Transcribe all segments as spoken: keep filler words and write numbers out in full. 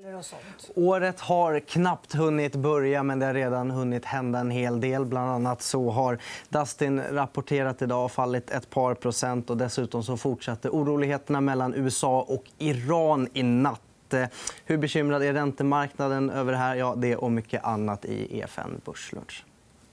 Året har knappt hunnit börja, men det har redan hunnit hända en hel del. Bland annat så har Dustin rapporterat idag fallit ett par procent. Och dessutom så fortsatte oroligheterna mellan U S A och Iran i natt. Hur bekymrad är räntemarknaden över det här? Ja, det och mycket annat i E F N Börslunch.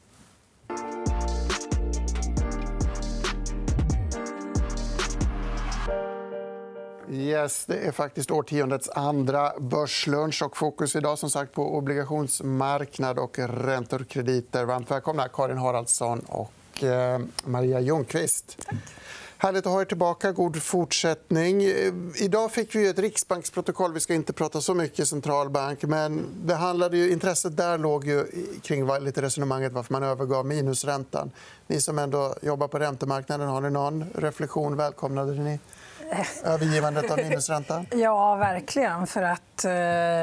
Yes, det är faktiskt årtiondets andra börslunch och fokus idag som sagt på obligationsmarknad och räntor och krediter. Varmt välkomna Karin Haraldsson och eh, Maria Ljungqvist. Härligt att ha er tillbaka. God fortsättning. Idag fick vi ett riksbanksprotokoll. Vi ska inte prata så mycket centralbank, men det handlade ju, intresset där låg ju kring lite resonemanget varför man övergav minusräntan. Ni som ändå jobbar på räntemarknaden, har ni någon reflektion? Välkomnade ni övergivandet av minusräntan? Ja, verkligen. För att eh,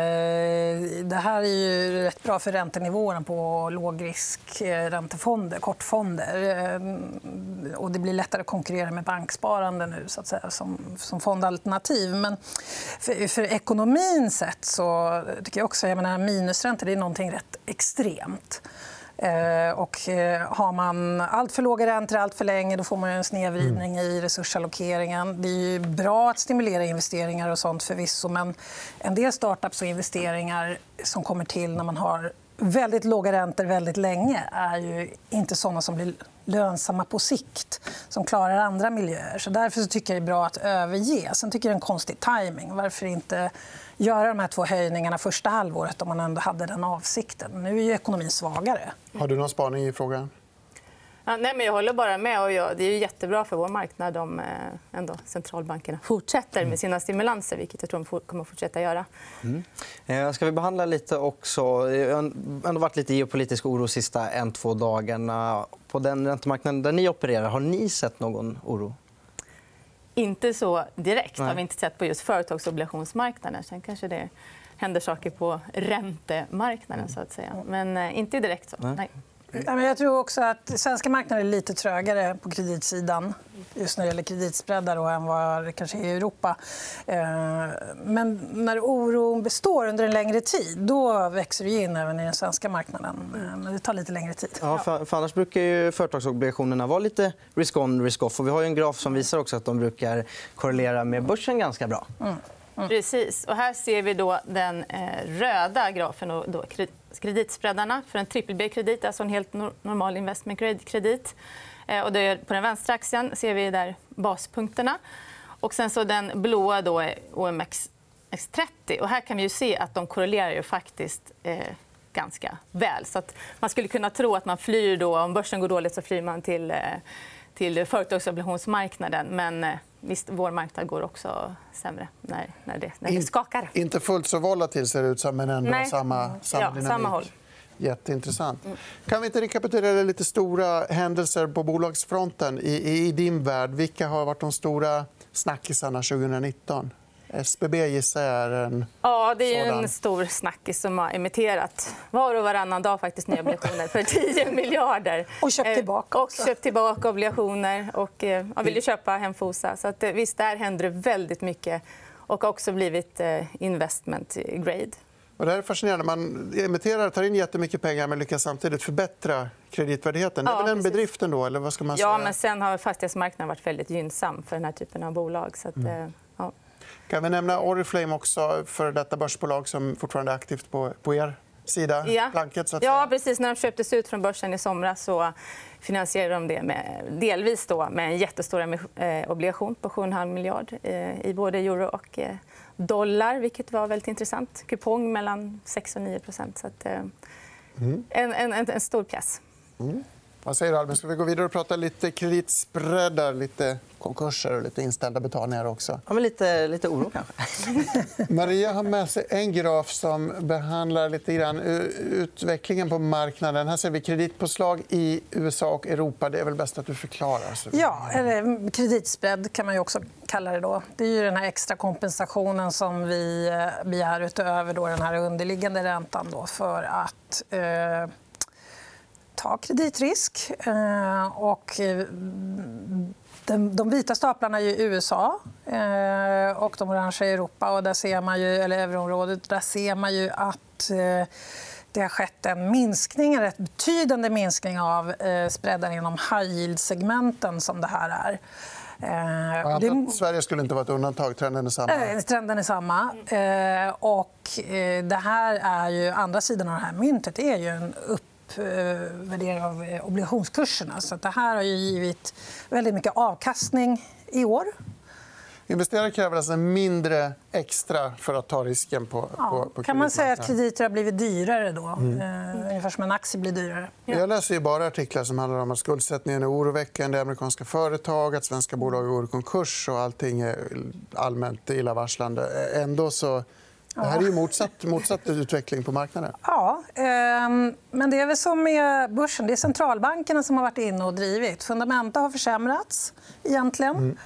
det här är ju rätt bra för räntenivåerna på lågriskräntefonder, kortfonder. Eh, och det blir lättare att konkurrera med banksparande nu så att säga, som, som fondalternativ. Men för, för ekonomin sett så tycker jag också att minusräntor är någonting rätt extremt. Och har man allt för låga räntor allt för länge, då får man en snedvridning i resursallokeringen. Det är ju bra att stimulera investeringar och sånt förvisso, men en del startups och investeringar som kommer till när man har väldigt låga räntor väldigt länge är ju inte såna som blir lönsamma på sikt, som klarar andra miljöer. Så därför så tycker jag det är bra att överge. Sen tycker jag det är en konstig timing. Varför inte göra de här två höjningarna första halvåret om man ändå hade den avsikten? Nu är ju ekonomin svagare. Har du någon spaning i frågan? Ja, nej, men jag håller bara med. Och jag, det är ju jättebra för vår marknad om eh, ändå centralbankerna fortsätter med sina stimulanser, vilket jag tror de kommer att fortsätta göra. Mm. Eh, ska vi behandla lite också. Det har ändå varit lite geopolitisk oro sista en, två dagarna. På den räntemarknaden där ni opererar, har ni sett någon oro? Inte så direkt. Nej. Har vi inte sett på just företagsobligationsmarknaden. Sen kanske det händer saker på räntemarknaden, så att säga. Men eh, inte direkt så. Nej. Jag tror också att svenska marknaden är lite trögare på kreditsidan just när det gäller kreditspreadar än vad det kanske är i Europa. Men när oron består under en längre tid, då växer det in även i den svenska marknaden. Men det tar lite längre tid. Ja, för, för annars brukar ju företagsobligationerna vara lite risk-on, risk-off. Och vi har ju en graf som visar också att de brukar korrelera med börsen ganska bra. Mm. Mm. Precis. Och här ser vi då den eh, röda grafen och då kreditspreadarna för en triple B-kredit, alltså en helt normal investment grade-kredit. Eh, och det, på den vänstra axeln ser vi där baspunkterna. Och sen så den blåa då är O M X trettio. Och här kan vi ju se att de korrelerar ju faktiskt eh, ganska väl. Så att man skulle kunna tro att man flyr då, om börsen går dåligt så flyr man till eh, till företagsobligationsmarknaden. Men visst, vår marknad går också sämre när, när, det, när det skakar. In, inte fullt så volatil ser det ut som, men ändå Nej. samma, samma ja, dynamik. samma håll. Jätteintressant. Mm. Kan vi inte rekapitulera lite stora händelser på bolagsfronten i, i, i din värld? Vilka har varit de stora snackisarna tjugonitton? S B B gissar jag är en Ja, det är sådan. En stor snackis som har emitterat var och varannan dag faktiskt nya obligationer för tio miljarder. Och köpt tillbaka. Och köpt tillbaka obligationer och ja, vill ju köpa Hemfosa. Så att, visst, där händer det väldigt mycket och har också blivit investment grade. Och det här är fascinerande. Man emitterar, tar in jättemycket pengar men lyckas samtidigt förbättra kreditvärdigheten. Det är ja, väl en precis. bedrift ändå, eller vad ska man säga? Ja, men sen har fastighetsmarknaden varit väldigt gynnsam för den här typen av bolag. Så att, mm. ja. Kan vi nämna Oriflame också, för detta börsbolag som fortfarande är aktivt på, på er sida? Ja. Planket, så att ja, precis. När de köptes ut från börsen i somras så finansierade de det med, delvis då, med en jättestor eh, obligation på sju komma fem miljard eh, i både euro och eh, dollar, vilket var väldigt intressant. Kupong mellan sex och nio procent. Så att, eh, mm. en, en, en stor pjäs. Mm. Vad säger du, Albin? Ska vi gå vidare och prata lite kreditspreadar, lite konkurser och lite inställda betalningar också? Ja, men lite, lite oro kanske. Maria har med sig en graf som behandlar lite grann utvecklingen på marknaden. Här ser vi kreditpåslag i U S A och Europa. Det är väl bäst att du förklarar. Ja, eller kreditspread kan man ju också kalla det då. Det är ju den här extra kompensationen som vi begär utöver då den här underliggande räntan då för att eh... ta kreditrisk och De vita staplarna är i U S A och de orangea i Europa. Och där ser man ju, eller euroområdet. Där ser man ju att det har skett en minskning, en rätt betydande minskning av spreaden inom high yield-segmenten som det här är. Jag det... att Sverige skulle inte vara ett undantag. Trenden är samma. Äh, trenden är samma. Eh, och eh, det här är ju, andra sidan av det här myntet är ju en uppvärdering av eh, obligationskurserna. Så att det här har ju givit väldigt mycket avkastning i år. Investerare kräver alltså mindre extra för att ta risken på, ja, på, på kan man säga att krediter har blivit dyrare då? Mm. Eh, ungefär som en aktie blir dyrare. Ja. Jag läser ju bara artiklar som handlar om att skuldsättningen är oroväckande, amerikanska företag, att svenska bolag går i konkurs och allting är allmänt illavarslande. Ändå så... Det här är ju motsatt, motsatt utveckling på marknaden. Ja, eh, men det är väl som med börsen. Det är centralbankerna som har varit inne och drivit. Fundamenta har försämrats egentligen. Mm.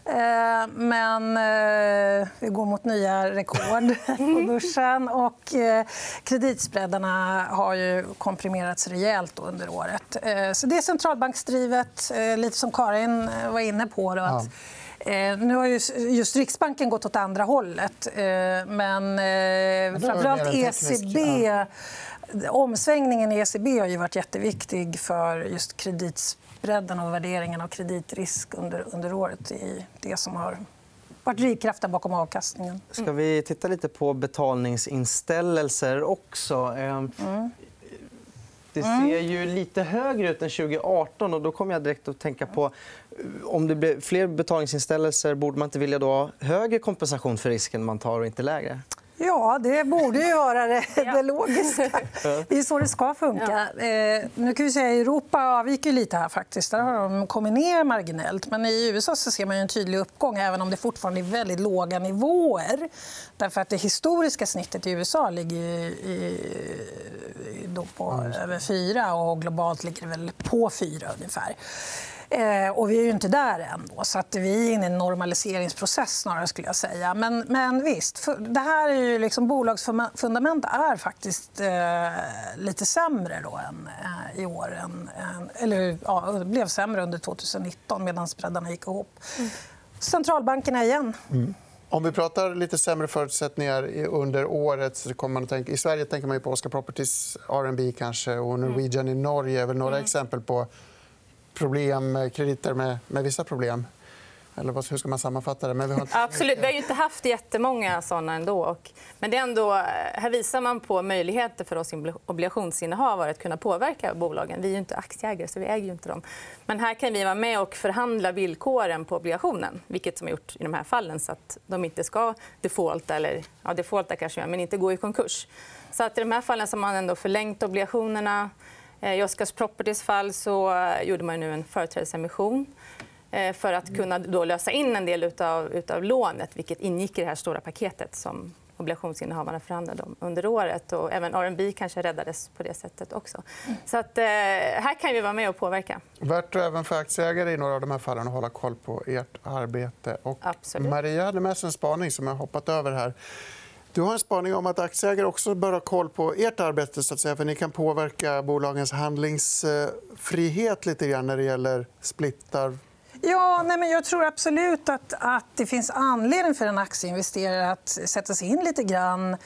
Men vi går mot nya rekord på börsen. Och kreditspreadarna har ju komprimerats rejält under året. Så det är centralbanksdrivet, lite som Karin var inne på. Då, att nu har just Riksbanken gått åt andra hållet. Men framförallt E C B... Omsvängningen i E C B har ju varit jätteviktig för just kreditspreaden och värderingen av kreditrisk under, under året. I det som har varit drivkraften bakom avkastningen. Ska vi titta lite på betalningsinställelser också? Mm. Det ser ju lite högre ut än tjugo arton och då kommer jag direkt att tänka på om det blir fler betalningsinställelser borde man inte vilja då ha högre kompensation för risken man tar och inte lägre? Ja, det borde ju vara det, det logiska. Det är så det ska funka. Eh, nu kan vi säga att Europa avviker lite här faktiskt. Där har de kommit ner marginellt. Men i U S A så ser man en tydlig uppgång även om det fortfarande är väldigt låga nivåer. Därför att det historiska snittet i U S A ligger i, då på över fyra och globalt ligger det väl på fyra ungefär. Eh, och vi är ju inte där än. Då, så att vi är inne i en normaliseringsprocess snarare skulle jag säga. Men, men visst, för, det här är ju liksom bolagsfundament är faktiskt eh, lite sämre då än, eh, i år. Än, än, eller ja, det blev sämre under tjugonitton medan spreadarna gick ihop. Mm. Centralbankerna igen. Mm. Om vi pratar lite sämre förutsättningar under året så kommer man att tänka, i Sverige tänker man ju på Oscar Properties, R and B kanske och Norwegian mm. i Norge är väl några mm. exempel på problem, krediter med, med vissa problem. Eller hur ska man sammanfatta det? Men vi har inte... Absolut. Vi har ju inte haft jättemånga såna ändå. Och, men det är ändå, här visar man på möjligheter för oss obligationsinnehavare att kunna påverka bolagen. Vi är ju inte aktieägare, så vi äger ju inte dem. Men här kan vi vara med och förhandla villkoren på obligationen, vilket som är gjort i de här fallen så att de inte ska defaulta, eller ja, defaulta kanske, men inte gå i konkurs. Så att i de här fallen så har man ändå förlängt obligationerna. I Oscars Properties fall så gjorde man nu en företrädesemission för att kunna då lösa in en del utav, utav lånet, vilket ingick i det här stora paketet som obligationsinnehavarna förhandlade om under året. Och även R and B kanske räddades på det sättet också. Så att, eh, här kan vi vara med och påverka. Värt även för aktieägare i några av de här fallen att hålla koll på ert arbete. Och absolut. Maria hade med sig en spaning som jag hoppat över här. Du har en spaning om att aktieägare också bör ha koll på ert arbete så att säga, för ni kan påverka bolagens handlingsfrihet lite grann när det gäller splittar. Ja, nej, men jag tror absolut att, att det finns anledning för en aktieinvesterare att sätta sig in lite grann.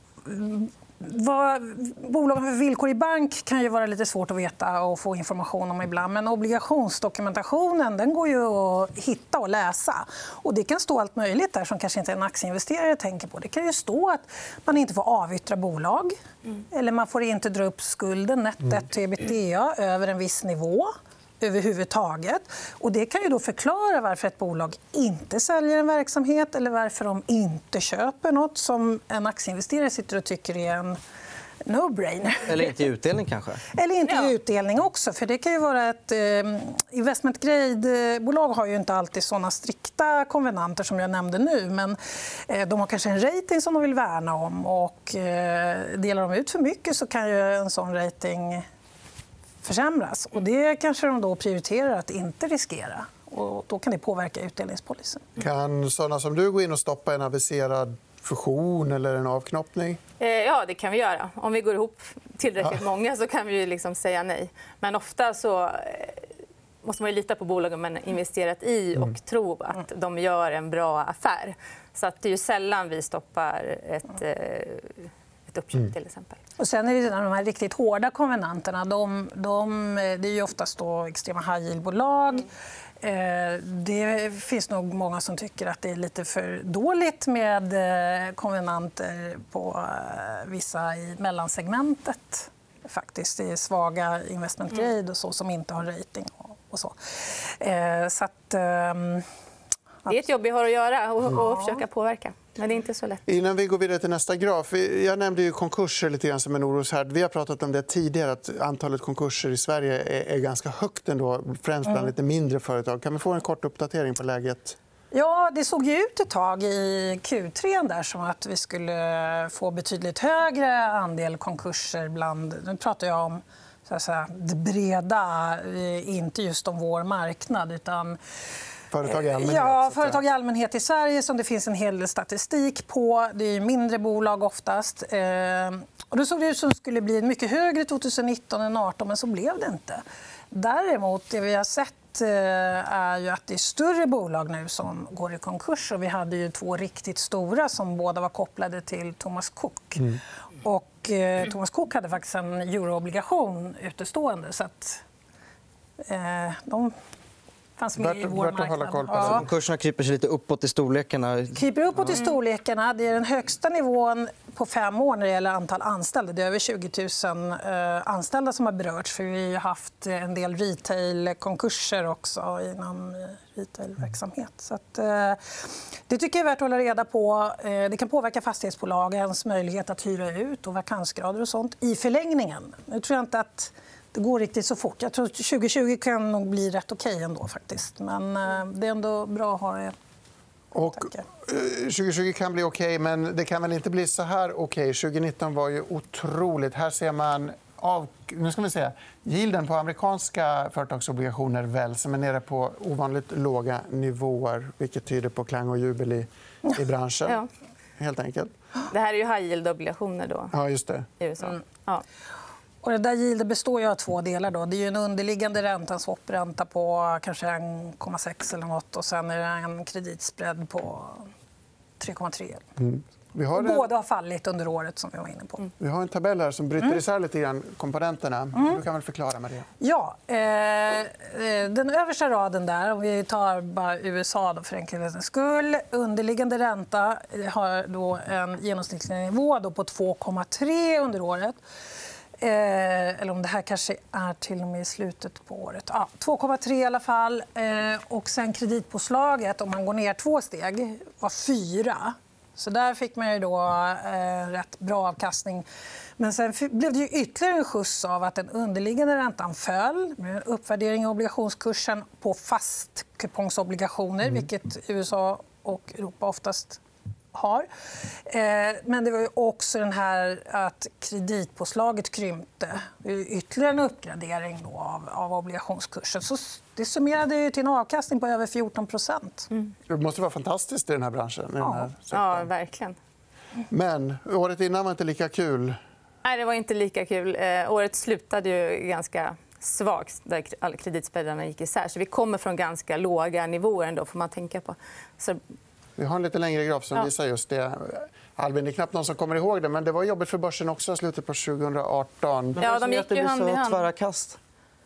Vad bolagen för villkor i bank kan ju vara lite svårt att veta och få information om ibland. Men obligationsdokumentationen den går ju att hitta och läsa. Och det kan stå allt möjligt där som kanske inte en aktieinvesterare tänker på. Det kan ju stå att man inte får avyttra bolag. Mm. Eller man får inte dra upp skulden nettet till ebitda över en viss nivå överhuvudtaget. Och det kan ju då förklara varför ett bolag inte säljer en verksamhet eller varför de inte köper något som en aktieinvesterare sitter och tycker är en no-brainer. Eller inte i utdelning kanske. Eller inte i utdelning också. För det kan ju vara ett eh, investment grade-bolag har ju inte alltid såna strikta konvenanter som jag nämnde nu. Men eh, de har kanske en rating som de vill värna om. Och eh, delar de ut för mycket så kan ju en sån rating försämras. Och det kanske de då prioriterar att inte riskera. Och då kan det påverka utdelningspolicyn. Kan sådana som du gå in och stoppa en aviserad fusion eller en avknoppning? Ja, det kan vi göra. Om vi går ihop tillräckligt många så kan vi liksom säga nej. Men ofta så måste man ju lita på bolagen man investerat i och mm. tro att de gör en bra affär. Så att det är ju sällan vi stoppar ett, ett uppköp mm. till exempel. Och sen är det de här riktigt hårda konvenanterna. De, de, det är ju oftast då extrema high yield-bolag. Mm. Det finns nog många som tycker att det är lite för dåligt med konvenanter på vissa i mellansegmentet. Faktiskt. Det är svaga investment grade och så som inte har rating och så. Så att, det är ett jobb vi har att göra och, och försöka påverka. Men det är inte så lätt. Innan vi går vidare till nästa graf. Jag nämnde ju konkurser lite grann som en oroshärd. Vi har pratat om det tidigare att antalet konkurser i Sverige är, är ganska högt ändå, främst bland lite mindre företag. Kan vi få en kort uppdatering på läget? Ja, det såg ju ut ett tag i Q tre där som att vi skulle få betydligt högre andel konkurser bland... Nu pratar jag om så att säga, det breda, inte just om vår marknad utan... Företag i allmänhet? Ja, företag i allmänhet i Sverige som det finns en hel del statistik på. Det är mindre bolag oftast. Och då såg det ut som det skulle bli mycket högre tjugonitton än arton, men så blev det inte. Däremot, det vi har sett är ju att det är större bolag nu som går i konkurs. Och vi hade ju två riktigt stora som båda var kopplade till Thomas Cook. Mm. Och eh, Thomas Cook hade faktiskt en euroobligation utestående. Så att, eh, de fanns med i vår marknad. Ja. Konkurserna kryper sig lite uppåt i storlekarna. Kryper uppåt i storlekarna. Det är den högsta nivån på fem år när det gäller antal anställda. Det är över tjugo tusen anställda som har berörts. För vi har haft en del retail-konkurser också inom retailverksamhet. Så att, det tycker jag är värt att hålla reda på. Det kan påverka fastighetsbolagens möjlighet att hyra ut och vakansgrader och sånt i förlängningen. Nu tror jag inte att det går riktigt så fort. Jag tror att tjugo tjugo kan nog bli rätt okej ändå faktiskt. Men det är ändå bra att ha det. Och tjugo tjugo kan bli okej, men det kan väl inte bli så här okej. tjugonitton var ju otroligt. Här ser man av, nu ska vi se, yielden på amerikanska företagsobligationer väl som är nere på ovanligt låga nivåer, vilket tyder på klang och jubel i, i branschen. Ja. Helt enkelt. Det här är ju high yield-obligationer då. Ja, just det. I U S A. Mm. Ja. Och det där yieldet består ju av två delar. Då. Det är ju en underliggande ränta, en swap-ränta på kanske en komma sex eller något. Och sen är det en kreditspread på tre komma tre. Mm. Vi har en... Båda har fallit under året som vi var inne på. Mm. Vi har en tabell här som bryter mm. isär lite grann komponenterna. Mm. Du kan väl förklara med det. Ja, eh, den översta raden där, om vi tar bara U S A då för enkelhetens skull. Underliggande ränta har då en genomsnittlig nivå då på två komma tre under året. Eh, eller om det här kanske är till och med i slutet på året. Ja, två komma tre i alla fall. Eh, och sen kreditpåslaget, om man går ner två steg, var fyra. Så där fick man ju då eh, rätt bra avkastning. Men sen blev det ju ytterligare en skjuts av att den underliggande räntan föll med en uppvärdering av obligationskursen på fastkupongsobligationer, mm. vilket U S A och Europa oftast har. Men det var ju också den här att kreditpåslaget krympte. Det är ytterligare en uppgradering då av, av obligationskursen. Så det summerade ju till en avkastning på över fjorton procent. Mm. Det måste vara fantastiskt i den här branschen. I ja. Den här ja, verkligen. Men året innan var inte lika kul. Nej, det var inte lika kul. Eh, året slutade ju ganska svagt där alla kreditspreadarna gick isär. Så vi kommer från ganska låga nivåer ändå, får man tänka på. Så... Vi har en lite längre graf som visar just det. Albin, det är knappt någon som kommer ihåg det, men det var jobbigt för börsen också i slutet på tjugo arton. Ja, de gick ju hand i hand. Tvära kast.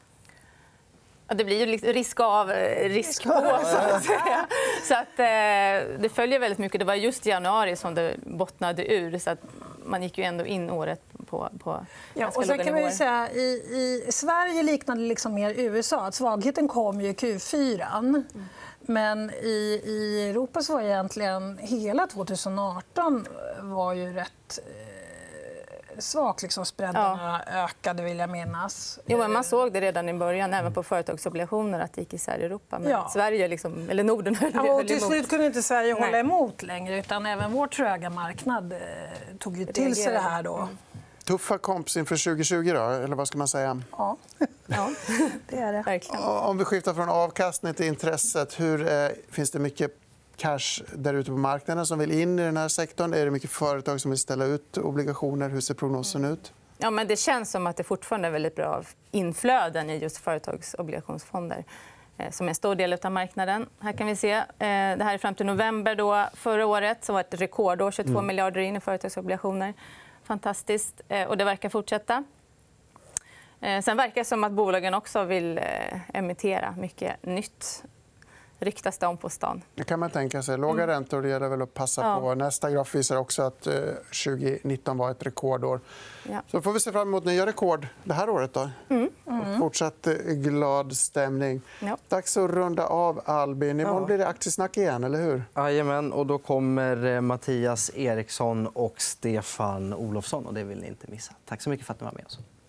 Ja, det blir ju risk av, risk på, så att säga. Så att, eh, det följer väldigt mycket. Det var just i januari som det bottnade ur. Så att man gick ju ändå in året på, på ja, och så kan vi säga, i, I Sverige liknade det liksom mer U S A. Att svagheten kom ju i Q fyra. Mm. Men i, i Europa så var egentligen hela tjugo arton var ju rätt eh, svagt. Liksom spreadarna ja. ökade, vill jag minnas. Jo, men man såg det redan i början, även på företagsobligationer, att det gick isär i Europa. Men ja. Sverige, liksom, eller Norden, höll, ja, och till emot. slut kunde inte Sverige hålla emot längre, utan även vår tröga marknad eh, tog ju till sig det här då. Mm. Tuffa komps inför tjugo tjugo, då, eller vad ska man säga? Ja, ja det är det. Verkligen. Om vi skiftar från avkastning till intresset, hur, eh, finns det mycket cash där ute på marknaden som vill in i den här sektorn? Är det mycket företag som vill ställa ut obligationer? Hur ser prognosen ut? Ja, men det känns som att det fortfarande är väldigt bra inflöden i just företagsobligationsfonder som är en stor del av marknaden. Här kan vi se. Det här är fram till november då, förra året, som var ett rekordår. tjugotvå mm. miljarder in i företagsobligationer. Fantastiskt. Och det verkar fortsätta. Sen verkar det som att bolagen också vill emittera mycket nytt. Ryktas det om på stan. Det kan man tänka sig. Låga räntor, det gäller väl att passa ja. på. Nästa graf visar också att tjugonitton var ett rekordår. Ja. Så får vi se fram emot nya rekord det här året. Då. Mm. Mm. Fortsatt glad stämning. Ja. Dags att runda av, Albin. Imorgon ja. blir det aktiesnack igen, eller hur? Jajamän, och då kommer Mattias Eriksson och Stefan Olofsson. Och det vill ni inte missa. Tack så mycket för att ni var med oss.